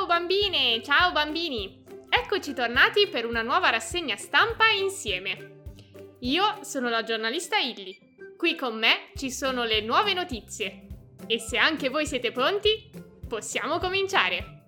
Ciao bambine, ciao bambini! Eccoci tornati per una nuova rassegna stampa insieme. Io sono la giornalista Illy. Qui con me ci sono le nuove notizie. E se anche voi siete pronti, possiamo cominciare!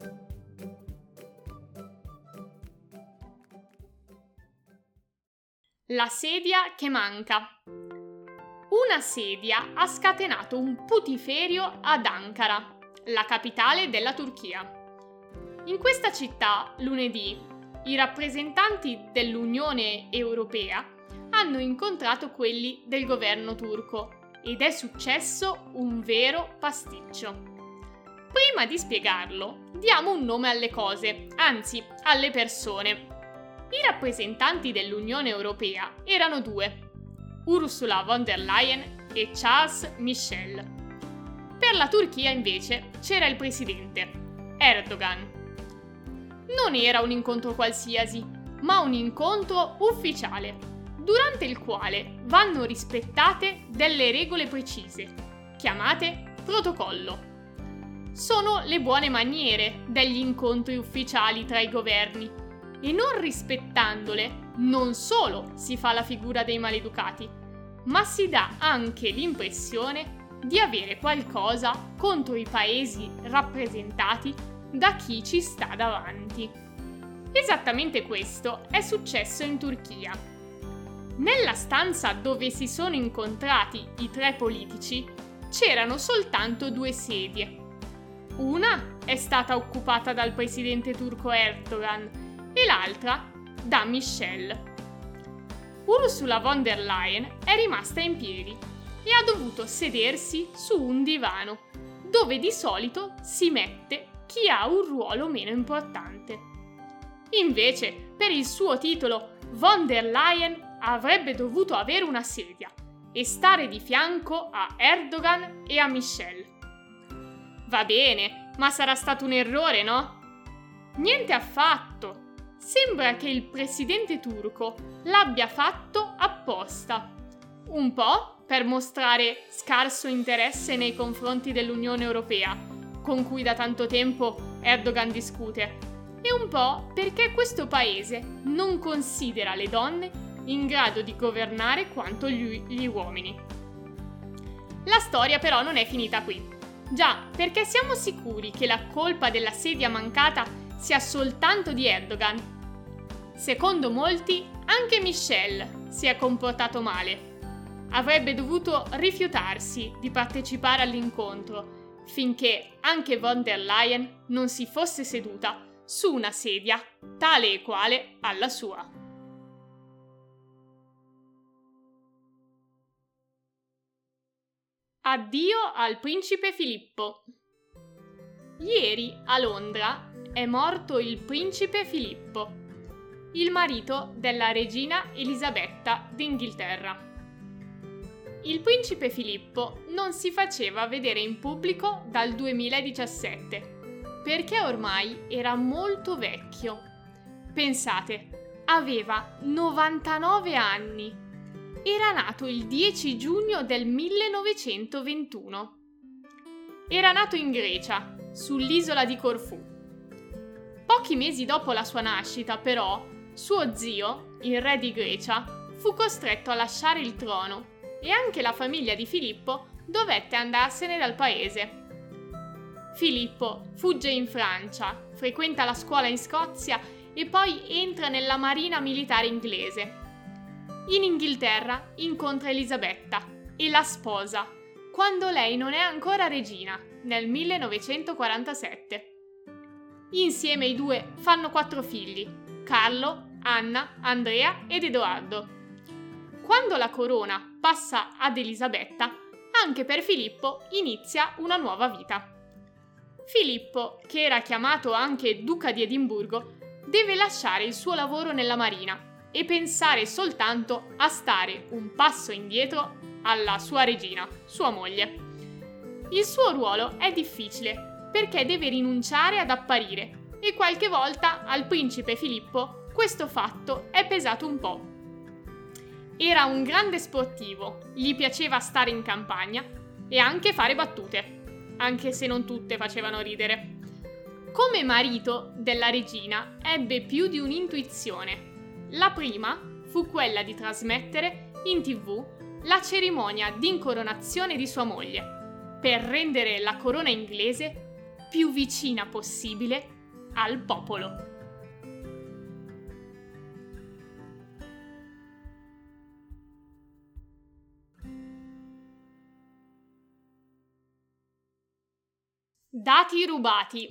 La sedia che manca. Una sedia ha scatenato un putiferio ad Ankara, la capitale della Turchia. In questa città, lunedì, i rappresentanti dell'Unione Europea hanno incontrato quelli del governo turco ed è successo un vero pasticcio. Prima di spiegarlo, diamo un nome alle cose, anzi alle persone. I rappresentanti dell'Unione Europea erano due, Ursula von der Leyen e Charles Michel. Per la Turchia invece c'era il presidente, Erdogan. Non era un incontro qualsiasi, ma un incontro ufficiale, durante il quale vanno rispettate delle regole precise, chiamate protocollo. Sono le buone maniere degli incontri ufficiali tra i governi. E non rispettandole, non solo si fa la figura dei maleducati, ma si dà anche l'impressione di avere qualcosa contro i paesi rappresentati da chi ci sta davanti. Esattamente questo è successo in Turchia. Nella stanza dove si sono incontrati i tre politici c'erano soltanto due sedie. Una è stata occupata dal presidente turco Erdogan e l'altra da Michel. Ursula von der Leyen è rimasta in piedi e ha dovuto sedersi su un divano, dove di solito si mette chi ha un ruolo meno importante. Invece, per il suo titolo, von der Leyen avrebbe dovuto avere una sedia e stare di fianco a Erdogan e a Michel. Va bene, ma sarà stato un errore, no? Niente affatto! Sembra che il presidente turco l'abbia fatto apposta. Un po' per mostrare scarso interesse nei confronti dell'Unione Europea, con cui da tanto tempo Erdogan discute, e un po' perché questo paese non considera le donne in grado di governare quanto gli uomini. La storia però non è finita qui. Già, perché siamo sicuri che la colpa della sedia mancata sia soltanto di Erdogan. Secondo molti, anche Michel si è comportato male. Avrebbe dovuto rifiutarsi di partecipare all'incontro finché anche von der Leyen non si fosse seduta su una sedia tale e quale alla sua. Addio al principe Filippo. Ieri a Londra è morto il principe Filippo, il marito della regina Elisabetta d'Inghilterra. Il principe Filippo non si faceva vedere in pubblico dal 2017, perché ormai era molto vecchio. Pensate, aveva 99 anni. Era nato il 10 giugno del 1921. Era nato in Grecia, sull'isola di Corfù. Pochi mesi dopo la sua nascita, però, suo zio, il re di Grecia, fu costretto a lasciare il trono e anche la famiglia di Filippo dovette andarsene dal paese. Filippo fugge in Francia, frequenta la scuola in Scozia e poi entra nella marina militare inglese. In Inghilterra incontra Elisabetta e la sposa, quando lei non è ancora regina, nel 1947. Insieme i due fanno 4 figli: Carlo, Anna, Andrea ed Edoardo. Quando la corona passa ad Elisabetta, anche per Filippo inizia una nuova vita. Filippo, che era chiamato anche Duca di Edimburgo, deve lasciare il suo lavoro nella marina e pensare soltanto a stare un passo indietro alla sua regina, sua moglie. Il suo ruolo è difficile perché deve rinunciare ad apparire e qualche volta al principe Filippo questo fatto è pesato un po'. Era un grande sportivo, gli piaceva stare in campagna e anche fare battute, anche se non tutte facevano ridere. Come marito della regina ebbe più di un'intuizione. La prima fu quella di trasmettere in TV la cerimonia d'incoronazione di sua moglie, per rendere la corona inglese più vicina possibile al popolo. Dati rubati.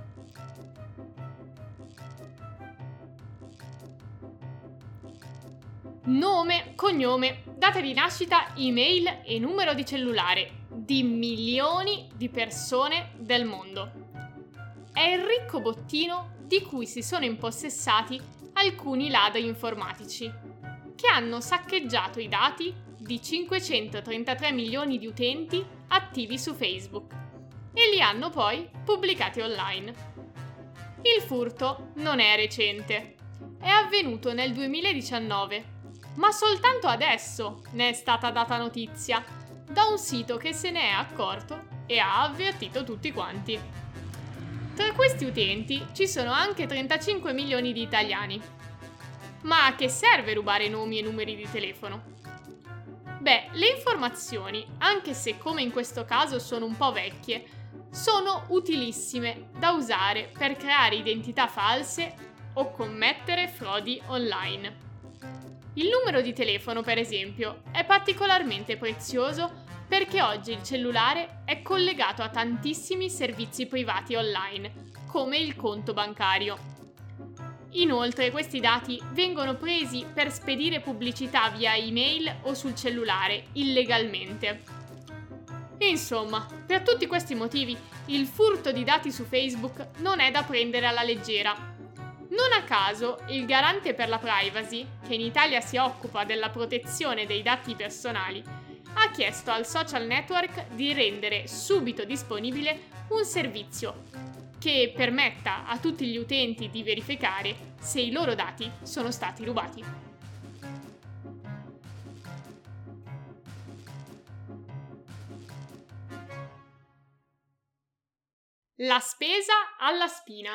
Nome, cognome, data di nascita, email e numero di cellulare di milioni di persone del mondo. È il ricco bottino di cui si sono impossessati alcuni ladri informatici, che hanno saccheggiato i dati di 533 milioni di utenti attivi su Facebook e li hanno poi pubblicati online. Il furto non è recente, è avvenuto nel 2019, ma soltanto adesso ne è stata data notizia da un sito che se ne è accorto e ha avvertito tutti quanti. Tra questi utenti ci sono anche 35 milioni di italiani. Ma a che serve rubare nomi e numeri di telefono? Beh, le informazioni, anche se come in questo caso sono un po' vecchie, sono utilissime da usare per creare identità false o commettere frodi online. Il numero di telefono, per esempio, è particolarmente prezioso perché oggi il cellulare è collegato a tantissimi servizi privati online, come il conto bancario. Inoltre, questi dati vengono presi per spedire pubblicità via email o sul cellulare illegalmente. Insomma, per tutti questi motivi, il furto di dati su Facebook non è da prendere alla leggera. Non a caso, il Garante per la Privacy, che in Italia si occupa della protezione dei dati personali, ha chiesto al social network di rendere subito disponibile un servizio che permetta a tutti gli utenti di verificare se i loro dati sono stati rubati. La spesa alla spina.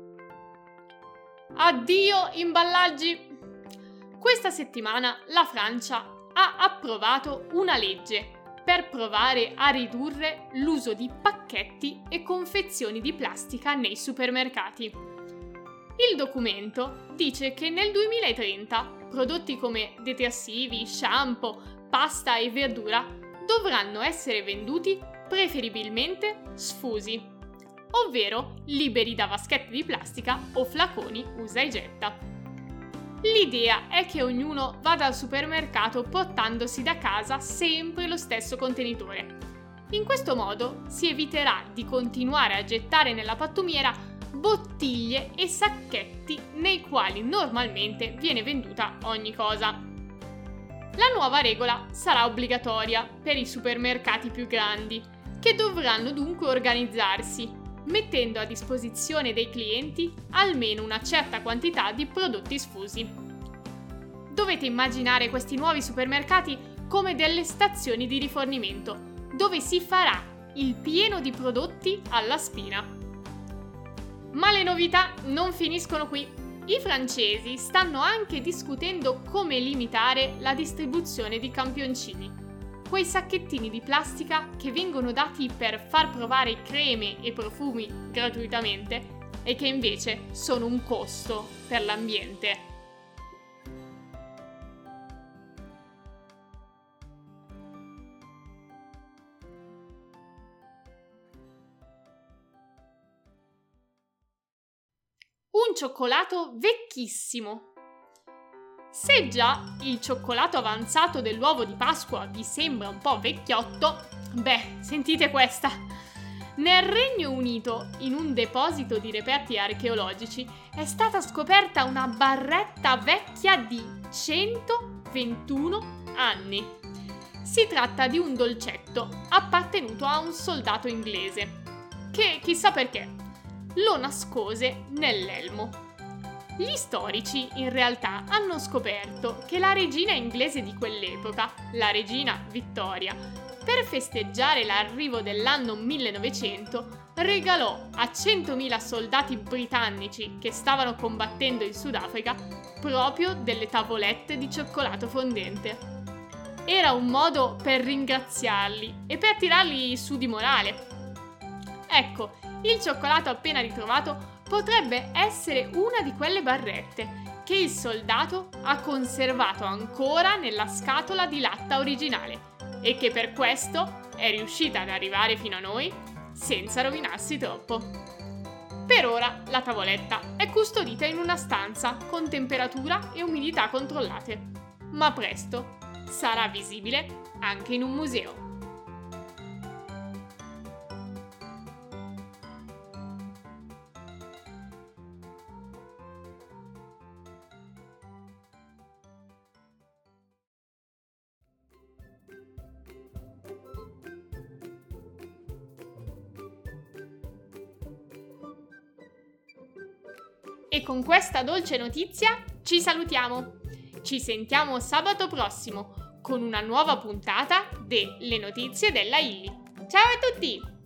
Addio imballaggi! Questa settimana la Francia ha approvato una legge per provare a ridurre l'uso di pacchetti e confezioni di plastica nei supermercati. Il documento dice che nel 2030 prodotti come detersivi, shampoo, pasta e verdura dovranno essere venduti preferibilmente sfusi, ovvero liberi da vaschette di plastica o flaconi usa e getta. L'idea è che ognuno vada al supermercato portandosi da casa sempre lo stesso contenitore. In questo modo si eviterà di continuare a gettare nella pattumiera bottiglie e sacchetti nei quali normalmente viene venduta ogni cosa. La nuova regola sarà obbligatoria per i supermercati più grandi, che dovranno dunque organizzarsi, mettendo a disposizione dei clienti almeno una certa quantità di prodotti sfusi. Dovete immaginare questi nuovi supermercati come delle stazioni di rifornimento, dove si farà il pieno di prodotti alla spina. Ma le novità non finiscono qui. I francesi stanno anche discutendo come limitare la distribuzione di campioncini, quei sacchettini di plastica che vengono dati per far provare creme e profumi gratuitamente e che invece sono un costo per l'ambiente. Un cioccolato vecchissimo. Se già il cioccolato avanzato dell'uovo di Pasqua vi sembra un po' vecchiotto, beh, sentite questa! Nel Regno Unito, in un deposito di reperti archeologici, è stata scoperta una barretta vecchia di 121 anni. Si tratta di un dolcetto appartenuto a un soldato inglese, che, chissà perché, lo nascose nell'elmo. Gli storici, in realtà, hanno scoperto che la regina inglese di quell'epoca, la regina Vittoria, per festeggiare l'arrivo dell'anno 1900, regalò a 100.000 soldati britannici che stavano combattendo in Sudafrica proprio delle tavolette di cioccolato fondente. Era un modo per ringraziarli e per tirarli su di morale. Ecco, il cioccolato appena ritrovato potrebbe essere una di quelle barrette che il soldato ha conservato ancora nella scatola di latta originale e che per questo è riuscita ad arrivare fino a noi senza rovinarsi troppo. Per ora la tavoletta è custodita in una stanza con temperatura e umidità controllate, ma presto sarà visibile anche in un museo. E con questa dolce notizia ci salutiamo. Ci sentiamo sabato prossimo con una nuova puntata de Le notizie della Illy. Ciao a tutti!